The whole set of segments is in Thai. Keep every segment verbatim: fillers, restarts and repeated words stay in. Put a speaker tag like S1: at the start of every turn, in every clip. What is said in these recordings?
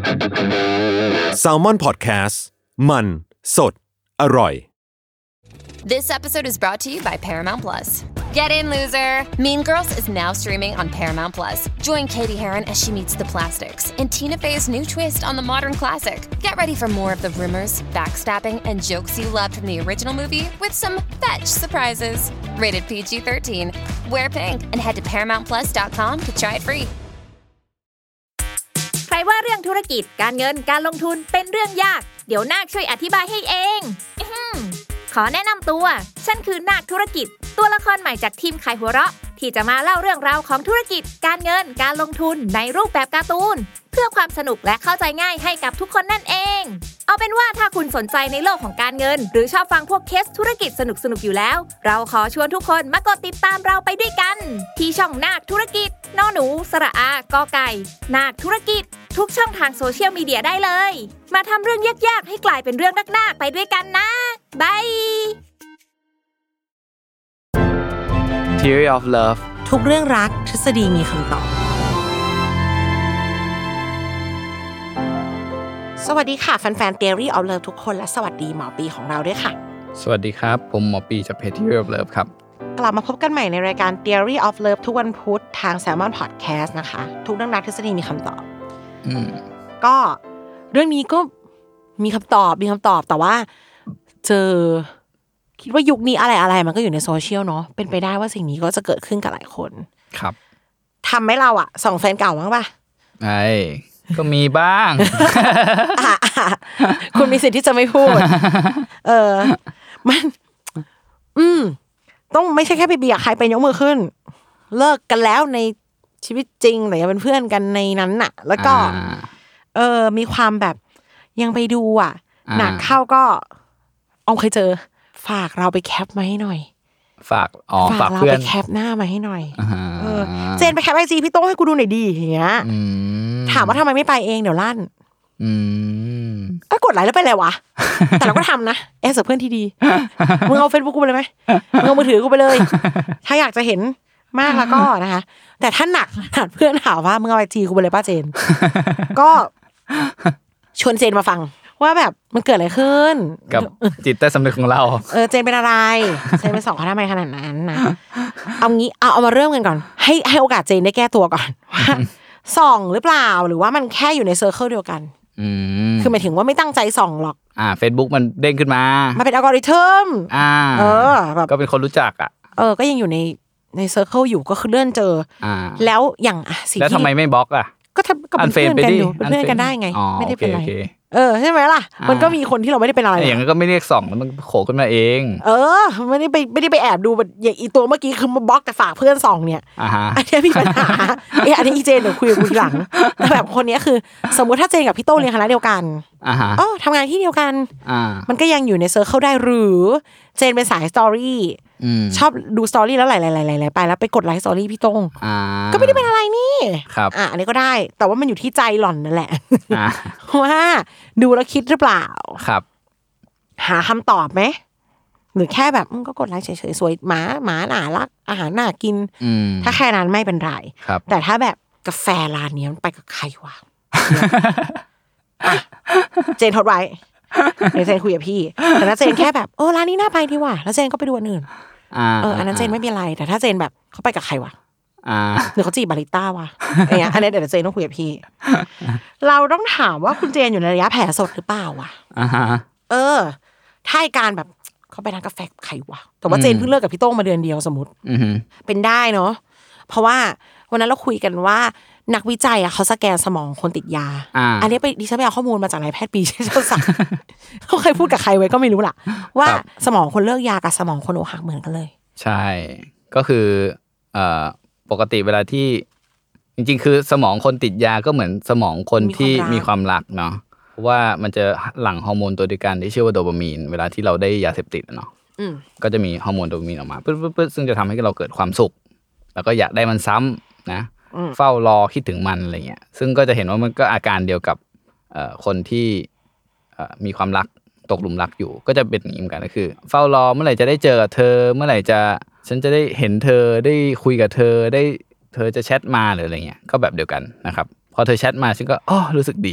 S1: Salmon Podcast มันสดอร่อย
S2: This episode is brought to you by Paramount Plus. Get in, loser! Mean Girls is now streaming on Paramount Plus. Join Katie Heron as she meets the plastics in Tina Fey's new twist on the modern classic. Get ready for more of the rumors, backstabbing, and jokes you loved from the original movie with some fetch surprises. Rated พี จี thirteen. Wear pink and head to paramount plus dot com to try it free.
S3: ใครว่าเรื่องธุรกิจการเงินการลงทุนเป็นเรื่องยากเดี๋ยวนาคช่วยอธิบายให้เองขอแนะนำตัวฉันคือนาคธุรกิจตัวละครใหม่จากทีมขายหัวเราะที่จะมาเล่าเรื่องราวของธุรกิจการเงินการลงทุนในรูปแบบการ์ตูนเพื่อความสนุกและเข้าใจง่ายให้กับทุกคนนั่นเองเอาเป็นว่าถ้าคุณสนใจในโลกของการเงินหรือชอบฟังพวกเคสธุรกิจสนุกๆอยู่แล้วเราขอชวนทุกคนมากดติดตามเราไปด้วยกันที่ช่องนาคธุรกิจนอหนูสระอากอไก่นาคธุรกิจทุกช่องทางโซเชียลมีเดียได้เลยมาทำเรื่องยากๆให้กลายเป็นเรื่องน่าๆไปด้วยกันนะบาย
S4: Theory of Love
S5: ทุกเรื่องรักทฤษฎีมีคำตอบสวัสดีค่ะแฟนๆ Theory of Love ทุกคนและสวัสดีหมอปีของเราด้วยค่ะ
S4: สวัสดีครับผมหมอปีจากเพจ Theory of Love ครับ
S5: กลับมาพบกันใหม่ในรายการ Theory of Love ทุกวันพุธทาง Salmon Podcast นะคะทุกเรื่องรักทฤษฎีมีคำตอบ
S4: อืม
S5: ก็เรื่องนี้ก็มีคำตอบมีคำตอบแต่ว่าเจอคิดว่ายุคนี้อะไรๆมันก็อยู่ในโซเชียลเนาะเป็นไปได้ว่าสิ่งนี้ก็จะเกิดขึ้นกับหลายคน
S4: ครับ
S5: ทำให้เราอะส่องแฟนเก่าบ้างป่ะ
S4: ไอ้ก็มีบ้าง
S5: คุณมีสิทธิ์ที่จะไม่พูดเออมันอืมต้องไม่ใช่แค่ไปเบียดใครเป็นยกมือขึ้นเลิกกันแล้วในชีวิตจริงหรือยังเป็นเพื่อนกันในนั้นน่ะแล้วก็เออมีความแบบยังไปดูอ่ะหนักเข้าก็เอาเคยเจอฝากเราไปแคปมาให้หน่อย
S4: ฝากอ๋อฝาก
S5: เรา
S4: เพื่อน
S5: ไปแคปหน้ามาให้หน่อยเออเจนไปแคปไอจีพี่โต้งให้กูดูหน่อยดีอย่างเงี้ยถามว่าทำไมไม่ไปเองเดี๋ยวลั่นก็กดไลค์แล้วไปเลยวะแต่เราก็ทำนะแอสเพื่อนที่ดีมึงเอา Facebook กูไปเลยไหมมึงเอามือถือกูไปเลยถ้าอยากจะเห็นมากแล้วก็นะคะแต่ถ้าหนักเพื่อนถามว่ามึงเอาไอจีกูไปเลยป้าเจนก็ชวนเจนมาฟังว่าแบบมันเกิดอะไรขึ้น
S4: กับจิตใต้สำนึกของเรา
S5: เออเจนเป็นอะไรเจนเป็นสองเขาทำไมขนาดนั้นนะเอางี้เอาเอามาเริ่มกันก่อนให้ให้โอกาสเจนได้แก้ตัวก่อนว่าส่องหรือเปล่าหรือว่ามันแค่อยู่ในเซอร์เคิลเดียวกันคือหมายถึงว่าไม่ตั้งใจส่องหรอก
S4: อ่า Facebook มันเด้งขึ้นมา
S5: มันเป็นอัลกอริทึม
S4: อ่า
S5: เออแบบ
S4: ก็เป็นคนรู้จักอ่ะ
S5: เออก็ยังอยู่ในในเซอร์เคิลอยู่ก็คือเลื่อนเจออ่าแล้วอย่างอ่ะ
S4: สิ่งที่แล้วทำไมไม่บล็อกอ่ะ
S5: ก็ทำก็เป็นเพื่อนกันอยู่เป็นเพื่อนกันได้ไงไม่ได้เป็นอะไรเออใช่ไหมล่ะมันก็มีคนที่เราไม่ได้เป็นอะไร
S4: อย่างนั้นก็ไม่เรียกส่องมันโผล่ขึ้นมาเอง
S5: เออไม่ได้ไปไม่ได้ไปแอบดูอย่างอีตัวเมื่อกี้คือมาบล็อกแต่ฝากเพื่อนส่องเนี่ยอันนี้มีปัญหาเอออันนี้อีเจนเดี๋ยวคุยกับกูทีหลังแต่แบบคนนี้คือสมมุติถ้าเจนกับพี่โต้เรียนคณะเดียวกันอ๋อทำงานที่เดียวกันมันก็ยังอยู่ในเซอร์เคิลได้หรือเจนเป็นสายสตอรี่ชอบดูสตอรี่แล้วไหลๆๆไปแล้วไปกดไลค์สตอรี่พี่โต้งก็ไม่ได้เป็นอะไรนี่อ่ะอันนี้ก็ได้แต่ว่ามันอยู่ที่ใจหล่อนนั่นแหละว่าดูแล้วคิดหรือเปล่า
S4: ครับ
S5: หาคำตอบไหมหรือแค่แบบก็กดไลค์เฉยๆสวยหมาหมาหน่ารักอาหารน่ากินถ้าแค่นั้นไม่เป็นไรแต่ถ้าแบบกาแฟร้านนี้มันไปกับใครวะเจนทดไว้เดี๋ยวเจนคุยกับพี่แต่ถ้าเจนแค่แบบเออร้านนี้น่าไปดีว่ะแล้วเจนก็ไปดูอันอื่นเอออันนั้นเจนไม่เป็นไรแต่ถ้าเจนแบบเขาไปกับใครวะหรือเขาจีบบาริต้าวะอะไรเงี้ยอันนี้เดี๋ยวเจนต้องคุยกับพี่เราต้องถามว่าคุณเจนอยู่ในระยะแผลสดหรือเปล่าวะเออถ้าการแบบเขาไปทานกาแฟใครวะแต่ว่าเจนเพิ่งเลิกกับพี่โต้งมาเดือนเดียวสมมติเป็นได้เนาะเพราะว่าวันนั้นเราคุยกันว่านักวิจัยอ่ะเขาสแกนสมองคนติดยาอันนี้ไปดิฉันไปเอาข้อมูลมาจากนายแพทย์ปีเจ้าสักเขาเคยพูดกับใครไว้ก็ไม่รู้ล่ะว่าสมองคนเลิกยากับสมองคนอกหักเหมือนกันเลย
S4: ใช่ก็คือเอ่อปกติเวลาที่จริงๆคือสมองคนติดยาก็เหมือนสมองคนที่มีความรักเนาะเพราะว่ามันจะหลั่งฮอร์โมนตัวเดียวกันที่ชื่อว่าโดปามีนเวลาที่เราได้ยาเสพติดเนาะก็จะมีฮอร์โมนโดปามีนออกมาปึ๊ดๆซึ่งจะทำให้เราเกิดความสุขแล้วก็อยากได้มันซ้ำนะเฝ้ารอคิดถึงมันอะไรเงี้ยซึ่งก็จะเห็นว่ามันก็อาการเดียวกับคนที่มีความรักตกหลุมรักอยู่ก็จะเป็นอย่างนี้เหมือนกันก็คือเฝ้ารอเมื่อไหร่จะได้เจอกับเธอเมื่อไหร่จะฉันจะได้เห็นเธอได้คุยกับเธอได้เธอจะแชทมาหรืออะไรเงี้ยก็แบบเดียวกันนะครับพอเธอแชทมาฉันก็อ๋อรู้สึกดี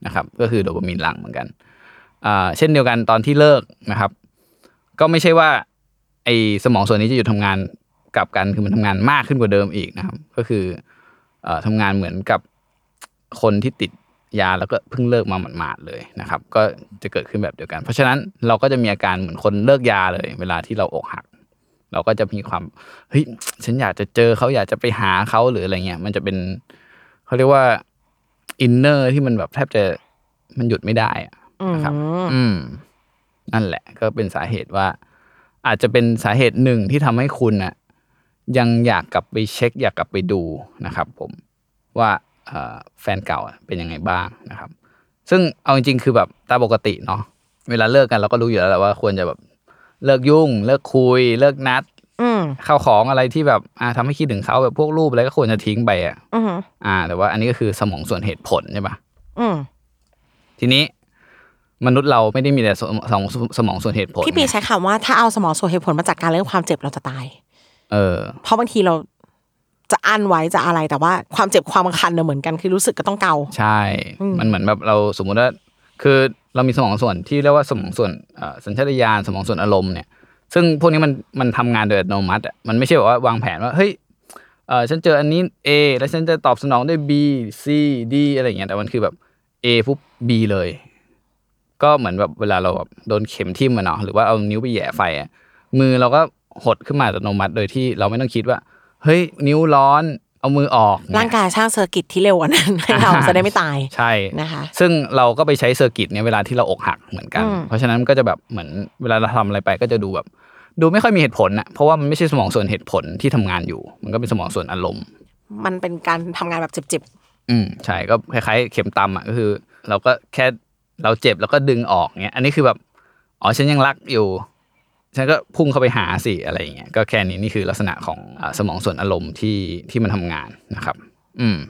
S4: นะครับก็คือโดปามีนหลั่งเหมือนกันอ่าเช่นเดียวกันตอนที่เลิกนะครับก็ไม่ใช่ว่าไอ้สมองส่วนนี้จะหยุดทำงานกลับกันคือมันทำงานมากขึ้นกว่าเดิมอีกนะครับก็คือเอ่อทำงานเหมือนกับคนที่ติดยาแล้วก็เพิ่งเลิกมาหมาดๆเลยนะครับก็จะเกิดขึ้นแบบเดียวกันเพราะฉะนั้นเราก็จะมีอาการเหมือนคนเลิกยาเลยเวลาที่เราอกหักเราก็จะมีความเฮ้ยฉันอยากจะเจอเขาอยากจะไปหาเขาหรืออะไรเงี้ยมันจะเป็นเขาเรียกว่าอินเนอร์ที่มันแบบแทบจะมันหยุดไม่ได้นะครับอืมนั่นแหละก็เป็นสาเหตุว่าอาจจะเป็นสาเหตุหนึ่งที่ทำให้คุณน่ะยังอยากกลับไปเช็คอยากกลับไปดูนะครับผมว่าแฟนเก่าเป็นยังไงบ้างนะครับซึ่งเอาจริงๆคือแบบตามปกติเนาะเวลาเลิกกันเราก็รู้อยู่แล้วแหละว่าควรจะแบบเลิกยุ่งเลิกคุยเลิกนัดเข้าของอะไรที่แบบอ่าทำให้คิดถึงเขาแบบพวกรูปอะไรก็ควรจะทิ้งไปอ่ะอ่าแต่ว่าอันนี้ก็คือสมองส่วนเหตุผลใช่ปะทีนี้มนุษย์เราไม่ได้มีแต่สมองสมองส่วนเหตุผล
S5: พี่ปีใช้คำว่าถ้าเอาสมองส่วนเหตุผลมาจัดการเรื่องความเจ็บเราจะตายเออเพราะบางทีเราจะอั้นไว้จะอะไรแต่ว่าความเจ็บความคันเนี่ยเหมือนกันคือรู้สึกก็ต้องเกา
S4: ใช่มันเหมือนแบบเราสมมุติว่าคือเรามีสมองส่วนที่เรียกว่าสมองส่วนสัญชาตญาณสมองส่วนอารมณ์เนี่ยซึ่งพวกนี้มันมันทำงานโดยอัตโนมัติอ่ะมันไม่ใช่แบบว่าวางแผนว่าเฮ้ยเออฉันเจออันนี้ A แล้วฉันจะตอบสนองด้วย B C D อะไรอย่างเงี้ยแต่มันคือแบบ A ปุ๊บ B เลยก็เหมือนแบบเวลาเราแบบโดนเข็มทิ่มมาเนาะหรือว่าเอานิ้วไปแหย่ไฟอ่ะมือเราก็หดขึ้นมาอัตโนมัติโดยที่เราไม่ต้องคิดว่าเฮ้ยนิ้วร้อนเอามือออก
S5: ร่างกายสร้างเซอร์กิตที่เร็วกว่านั้นให้เราจะได้ไม่ตาย
S4: ใช่
S5: นะคะ
S4: ซึ่งเราก็ไปใช้เซอร์กิตเนี้ยเวลาที่เราอกหักเหมือนกันเพราะฉะนั้นก็จะแบบเหมือนเวลาเราทำอะไรไปก็จะดูแบบดูไม่ค่อยมีเหตุผลน่ะเพราะว่ามันไม่ใช่สมองส่วนเหตุผลที่ทำงานอยู่มันก็เป็นสมองส่วนอารมณ์
S5: มันเป็นการทำงานแบบเจ็บ
S4: ๆอืมใช่ก็คล้ายๆเข็มตำอ่ะก็คือเราก็แค่เราเจ็บแล้วก็ดึงออกเงี้ยอันนี้คือแบบอ๋อฉันยังรักอยู่ฉันก็พุ่งเข้าไปหาสิอะไรอย่างเงี้ยก็แค่นี้นี่คือลักษณะของสมองส่วนอารมณ์ที่ที่มันทำงานนะครับอืม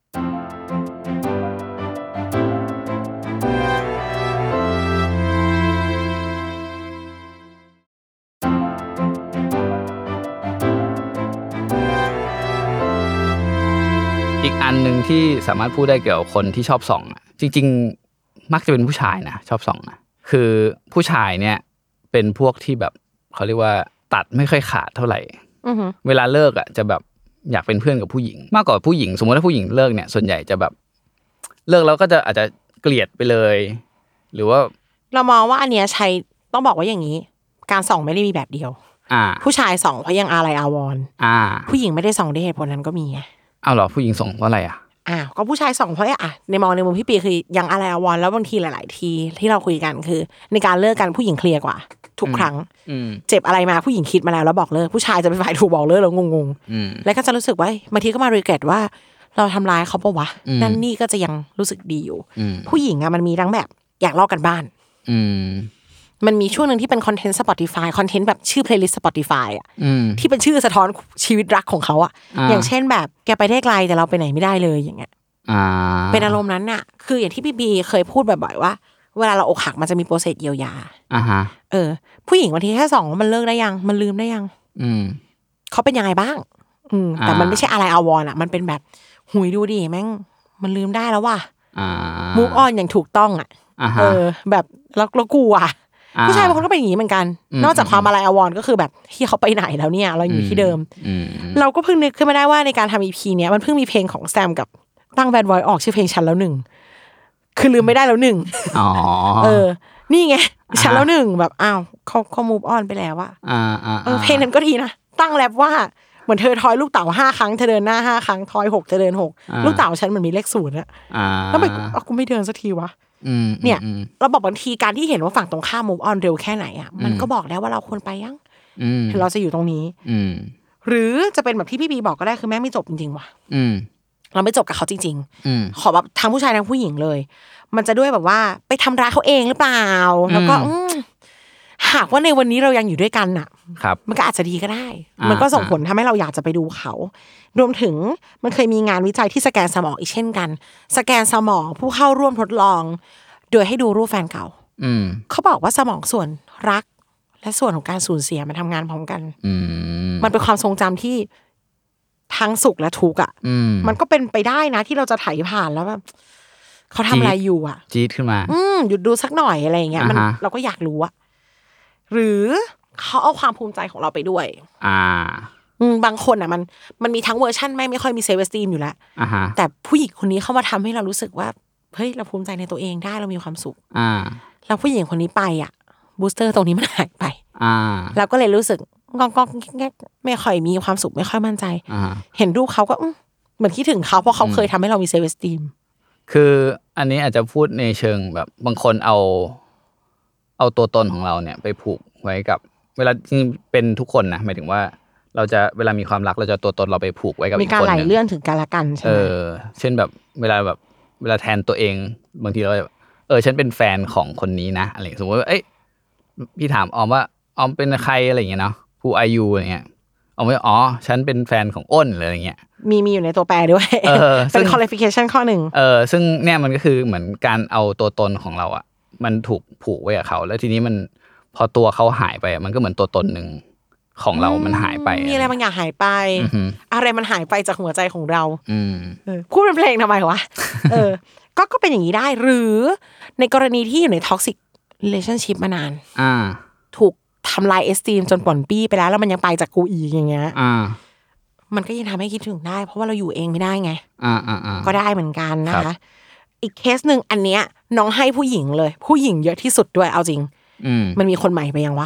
S4: อีกอันนึงที่สามารถพูดได้เกี่ยวกับคนที่ชอบส่องอ่ะจริงๆมักจะเป็นผู้ชายนะชอบส่องนะคือผู้ชายเนี่ยเป็นพวกที่แบบเขาเรียกว่าตัดไม่ค่อยขาดเท่าไหร่เวลาเลิกอ่ะจะแบบอยากเป็นเพื่อนกับผู้หญิงมากกว่าผู้หญิงสมมติถ้าผู้หญิงเลิกเนี่ยส่วนใหญ่จะแบบเลิกแล้วก็จะอาจจะเกลียดไปเลยหรือว่า
S5: เรามองว่าอันเนี้ยใช้ต้องบอกว่าอย่างนี้การส่องไม่ได้มีแบบเดียวผู้ชายส่องเพราะยังอาลัยอาวรณ์ผู้หญิงไม่ได้ส่องด้วยเหตุผลนั้นก็มีไง
S4: อ้าวเหรอผู้หญิงส่องเพราะอะไรอ่ะ
S5: อ้าวก็ผู้ชายส่องเพราะอ่ะในมองในมุมพี่ปีคือยังอาลัยอาวรณ์แล้วบางทีหลายๆทีที่เราคุยกันคือในการเลิกกันผู้หญิงเคลียร์กว่าทุกครั้งเจ็บอะไรมาผู้หญิงคิดมาแล้วแล้วบอกเลิกผู้ชายจะเป็นฝ่ายถูกบอกเลิกแล้วงงๆแล้วก็จะรู้สึกว่าบางทีก็มารีเกรตว่าเราทำร้ายเขาปะวะนั่นนี่ก็จะยังรู้สึกดีอยู่ผู้หญิงอะมันมีทั้งแบบอยากลอกกันบ้านมันมีช่วงนึงที่เป็นคอนเทนต์ Spotify คอนเทนต์แบบชื่อ playlist Spotify อ่ะที่เป็นชื่อสะท้อนชีวิตรักของเขาอ่ะอย่างเช่นแบบแกไปได้ไกลแต่เราไปไหนไม่ได้เลยอย่างเงี้ยเป็นอารมณ์นั้นน่ะคืออย่างที่พี่บีเคยพูดบ่อยๆว่าเวลาเราอกหักมันจะมีโปรเซสเยียวยาอ่าฮะเออผู้หญิงบางทีแค่สองมันเลิกได้ยังมันลืมได้ยังอืมเขาเป็นยังไงบ้างอืมแต่มันไม่ใช่อะไรอาวรณ์อ่ะมันเป็นแบบหุยดูดิแม่งมันลืมได้แล้วว่ะอ่ามูฟออนอย่างถูกต้องอ่ะเออแบบแล้วแล้วกูอ่ะผู้ชายบางคนก็เป็นอย่างนี้เหมือนกันนอกจากความอะไรอาวรณ์ก็คือแบบที่เขาไปไหนแล้วเนี่ยเราอยู่ที่เดิมเราก็เพิ่งนึกขึ้นมาได้ว่าในการทำ อี พี เนี้ยมันเพิ่งมีเพลงของแซมกับตั้งแบดบอยออกชื่อเพลงฉันแล้วหนึ่งคือลืมไม่ได้แล้วหนึ่งอ๋อเออนี่ไงฉันแล้วหนึ่งแบบอ้าวเขาเขามูฟออนไปแล้วอะเออเพลงนั้นก็ดีนะตั้งแรปว่าเหมือนเธอทอยลูกเต๋าห้าครั้งเธอเดินหน้าห้าครั้งทอยหกเธอเดินหกลูกเต๋าฉันมันมีเลขศูนย์อะแล้วไปกูไม่เดินสักทีวะเนี่ยเราบอกบางทีการที่เห็นว่าฝั่งตรงข้าม move on เร็วแค่ไหนอ่ะมันก็บอกแล้วว่าเราควรไปยังเราจะอยู่ตรงนี้หรือจะเป็นแบบที่พี่บีบอกก็ได้คือแม่ไม่จบจริงๆว่ะเราไม่จบกับเขาจริงๆขอแบบทั้งผู้ชายทั้งผู้หญิงเลยมันจะด้วยแบบว่าไปทำร้ายเขาเองหรือเปล่าแล้วก็หากว่าในวันนี้เรายังอยู่ด้วยกันน่ะมันก็อาจจะดีก็ได้มันก็ส่งผลทำให้เราอยากจะไปดูเขารวมถึงมันเคยมีงานวิจัยที่สแกนสมองอีกเช่นกันสแกนสมองผู้เข้าร่วมทดลองโดยให้ดูรูปแฟนเก่าเขาบอกว่าสมองส่วนรักและส่วนของการสูญเสียมันทำงานพร้อมกันมันเป็นความทรงจำที่ทั้งสุขและทุกข์อ่ะมันก็เป็นไปได้นะที่เราจะไถผ่านแล้วแบบเขาทำอะไรอยู่อ่ะ
S4: จี๊ดขึ้นมา
S5: อืมหยุดดูสักหน่อยอะไรอย่างเงี้ยมันเราก็อยากรู้อะหรือเขาเอาความภูมิใจของเราไปด้วยอ่าอืมบางคนอ่ะมันมันมีทั้งเวอร์ชั่นไม่ไม่ค่อยมีเซลฟ์เอสตีมอยู่แล้วแต่ผู้หญิงคนนี้เข้ามาทำให้เรารู้สึกว่าเฮ้ยเราภูมิใจในตัวเองได้เรามีความสุขอ่าแล้วผู้หญิงคนนี้ไปอ่ะบูสเตอร์ตรงนี้มันหายไปอ่าเราก็เลยรู้สึกงองๆแงไม่ค่อยมีความสุขไม่ค่อยมั่นใจเห็นรูปเขาก็เหมือนคิดถึงเขาเพราะเขาเคยทำให้เรามีเซลฟ์เอสตีม
S4: คืออันนี้อาจจะพูดในเชิงแบบบางคนเอาเอาตัวตนของเราเนี่ยไปผูกไว้กับเวลาจริงเป็นทุกคนนะหมายถึงว่าเราจะเวลามีความรักเราจะตัวตนเราไปผูกไว้กับอีกคนนึงมีการไหล
S5: เลื่อนถึงกันละกันใช่ไหมเอ
S4: อเช่นแบบเวลาแบบเวลาแทนตัวเองบางทีเราเออฉันเป็นแฟนของคนนี้นะอะไรสมมติว่าเอ้ยพี่ถามออมว่าออมเป็นใครอะไรอย่างเงี้ยเนาะ Who are you อะไรเงี้ยออมว่าอ๋อฉันเป็นแฟนของอ้นอะไรอย่างเงี้ย
S5: มีมีอยู่ในตัวแปรด้วยเป็น qualification ข้อหนึ่ง
S4: เออซึ่งเนี่ยมันก็คือเหมือนการเอาตัวตนของเราอ่ะมันถูกผูกไว้กับเขาแล้วทีนี้มันพอตัวเขาหายไปมันก็เหมือนตัวตนหนึ่งของเรามันหายไป
S5: มีอะไรบางอย่างหายไปอะไรมันหายไปจากหัวใจของเราพูดเป็นเพลงทำไมวะเออก็ก็เป็นอย่างนี้ได้หรือในกรณีที่อยู่ใน toxic relationship มานานถูกทำลายเอสตีมจนป่นปี้ไปแล้วแล้วมันยังไปจากกูอีกอย่างเงี้ยมันก็ยังทำให้คิดถึงได้เพราะว่าเราอยู่เองไม่ได้ไงก็ได้เหมือนกันนะคะอีกเคสหนึ่งอันเนี้ยน้องให้ผู้หญิงเลยผู้หญิงเยอะที่สุดด้วยเอาจริงมันมีคนใหม่ไปยังวะ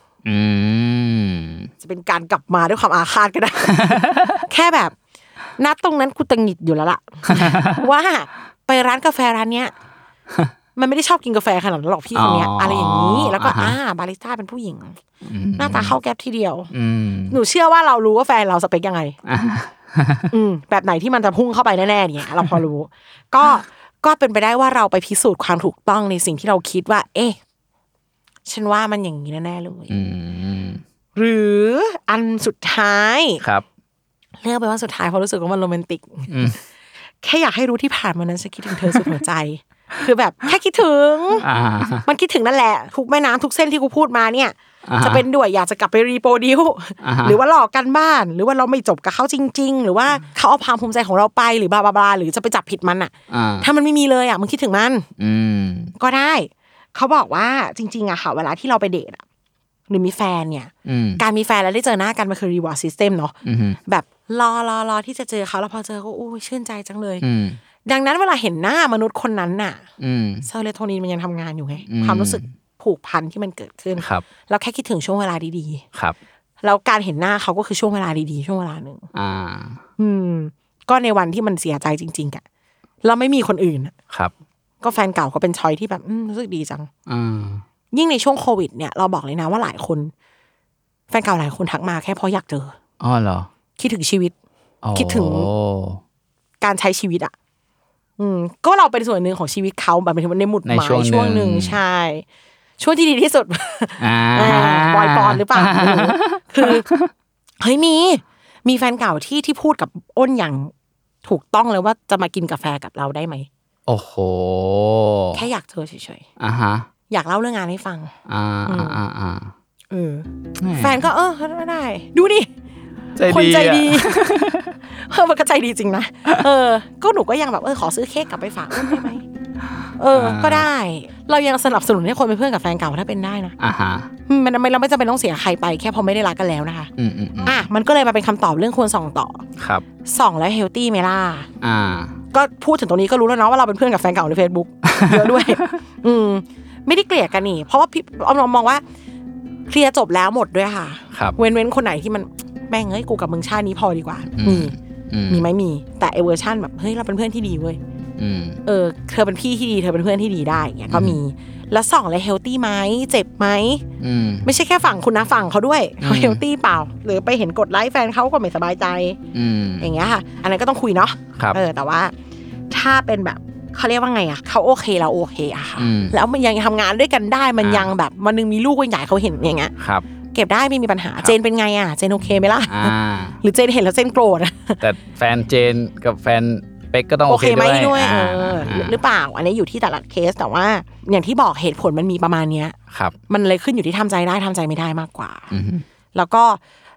S5: จะเป็นการกลับมาด้วยความอาฆาตก็ได้ แค่แบบนัดตรงนั้นกูตังหงิดอยู่แล้วล่ะ ว่าไปร้านกาแฟร้านเนี้ยมันไม่ได้ชอบกินกาแฟขนาดนั้นหรอกพี่คนเนี้ยอะไรอย่างนี้แล้วก็อ่าบาริสต้าเป็นผู้หญิงหน้าตาเข้าแก๊ปทีเดียวหนูเชื่อว่าเรารู้ว่าแฟนเราสเปคยังไงอืมแบบไหนที่มันจะพุ่งเข้าไปแน่ๆเนี่ยเราพอรู้ก็ก็เป็นไปได้ว่าเราไปพิสูจน์ความถูกต้องในสิ่งที่เราคิดว่าเอ๊ะฉันว่ามันอย่างนี้แน่ๆเลยหรืออันสุดท้าย
S4: ครับ
S5: เลือกไปว่าสุดท้ายเพราะรู้สึกว่ามันโรแมนติกแค่อยากให้รู้ที่ผ่านมานั้นฉันคิดถึงเธอสุดหัวใจคือแบบแค่คิดถึงมันคิดถึงนั่นแหละทุกแม่น้ำทุกเส้นที่กูพูดมาเนี่ยจะเป็นด้วยอยากจะกลับไปรีโปรดิวหรือว่าหลอกกันบ้านหรือว่าเราไม่จบกับเขาจริงๆหรือว่าเขาเอาความภูมิใจของเราไปหรือบลาบลาหรือจะไปจับผิดมันอ่ะถ้ามันไม่มีเลยอ่ะมึงคิดถึงมันก็ได้เขาบอกว่าจริงๆอะค่ะเวลาที่เราไปเดทอะหรือมีแฟนเนี่ยการมีแฟนแล้วได้เจอหน้ากันมันคือ reward system เนาะแบบรอรอรอที่จะเจอเขาแล้วพอเจอก็อู้ชื่นใจจังเลยดังนั้นเวลาเห็นหน้ามนุษย์คนนั้นน่ะเซโรโทนินมันยังทำงานอยู่ไงความรู้สึกผูกพันที่มันเกิดขึ้นเราแค่คิดถึงช่วงเวลาดีๆครับแล้วการเห็นหน้าเขาก็คือช่วงเวลาดีๆช่วงเวลาหนึ่งอ่าอืมก็ในวันที่มันเสียใจจริงๆอะเราไม่มีคนอื่นครับก็แฟนเก่าก็เป็นชอยที่แบบรู้สึกดีจังอ่ายิ่งในช่วงโควิดเนี่ยเราบอกเลยนะว่าหลายคนแฟนเก่าหลายคนทักมาแค่เพราะอยากเจอ
S4: อ๋อเหรอ
S5: คิดถึงชีวิตคิดถึงการใช้ชีวิตอ่ะอืมก็เราเป็นส่วนหนึ่งของชีวิตเขาแบบในหมุดหมายช่วงหนึ่งใช่ช่วงที่ดีที่สุดบอยปอนหรือเปล่าคือเฮ้ยมีมีแฟนเก่าที่ที่พูดกับอ้นอย่างถูกต้องเลยว่าจะมากินกาแฟกับเราได้ไหม
S4: โอ้โห
S5: แค่อยากเจอเฉย
S4: ๆอ่าฮะ
S5: อยากเล่าเรื่องงานให้ฟัง
S4: อ่าอ่าอ่า
S5: เออแฟนก็เออได้ดูดิคนใจดีเออมันก็ใจดีจริงนะเออก็หนูก็ยังแบบเออขอซื้อเค้กกลับไปฝากได้ไหมเออก็ได้เรายังสนับสนุนให้คนเป็นเพื่อนกับแฟนเก่าถ้าเป็นได้นะ
S4: อ่าฮะ
S5: มันไม่เราไม่จำเป็นต้องเสียใครไปแค่พอไม่ได้รักกันแล้วนะคะ
S4: อืมอืม
S5: อ่ะมันก็เลยมาเป็นคำตอบเรื่องควรส่องต่อ
S4: ครับ
S5: ส่องแล้วเฮลตี้ไหมล่ะ
S4: อ่า
S5: ก็พูดถึงตรงนี้ก็รู้แล้วเนาะว่าเราเป็นเพื่อนกับแฟนเก่าใน Facebook เยอะด้วยอืมไม่ได้เกลียดกันนี่เพราะว่าพี่ออมมองว่าเคลียร์จบแล้วหมดด้วยค่ะเว้นเว้นคนไหนที่มันแม่งเฮ้ยกูกับมึงชาตินี้พอดีกว่ามีมีไหมมีแต่ไอเวอร์ชันแบบเฮ้ยเราเป็นเพื่อนที่ดีเว้ยเออเธอเป็นพี่ที่ดีเธอเป็นเพื่อนที่ดีได้เงี้ยก็มีแล้วส่องเลยเฮลตี้ไหมเจ็บไหมไม่ใช่แค่ฝั่งคุณนะฝั่งเขาด้วยเขาเฮลตี้เปล่าหรือไปเห็นกดไลค์แฟนเขาก็ไม่สบายใจอย่างเงี้ยค่ะอันนั้นก็ต้องคุยเนาะเออแต่ว่าถ้าเป็นแบบเขาเรียกว่าไงอ่ะเขาโอเคเราโอเคอะค่ะแล้วมันยังทำงานด้วยกันได้มันยังแบบวันนึงมีลูกใหญ่เขาเห็นอย่างเงี้ยเก็บได้ไม่มีปัญหาเจนเป็นไงอ่ะเจนโอเคไหมล่ะหรือเจนเห็นแล้วเจนโกรธ
S4: แต่แฟนเจนกับแฟนเป็กก็ต้องโอเค
S5: ด้วยเออหรือเปล่าอันนี้อยู่ที่แต่ละเคสแต่ว่าอย่างที่บอกเหตุผลมันมีประมาณเนี้ยมันเลยขึ้นอยู่ที่ทำใจได้ทำใจไม่ได้มากกว่าแล้วก็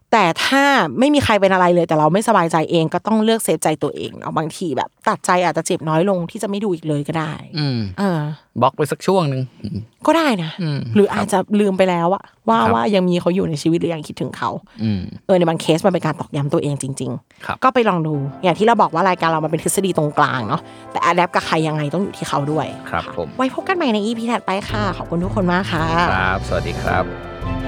S5: แต่ถ้าไม่มีใครเป็นอะไรเลยแต่เราไม่สบายใจเองก็ต้องเลือกเซฟใจตัวเองเนาะบางทีแบบตัดใจอาจจะเจ็บน้อยลงที่จะไม่ดูอีกเลยก็ได้เออบ
S4: ล็อกไปสักช่วงนึง
S5: ก็ได้นะหรืออาจจะลืมไปแล้วอะว่าว่ายังมีเขาอยู่ในชีวิตหรือยังคิดถึงเขาเออในบางเคสมันเป็นการตอกย้ำตัวเองจริงๆก็ไปลองดูอย่างที่เราบอกว่ารายการเรามันเป็นทฤษฎีตรงกลางเนาะแต่อะแดปกับใครยังไงต้องอยู่ที่เขาด้วย
S4: ครับผม
S5: ไว้พบกันใหม่ใน อี พี ถัดไปค่ะขอบคุณทุกคนมากค่ะ
S4: ครับสวัสดีครับ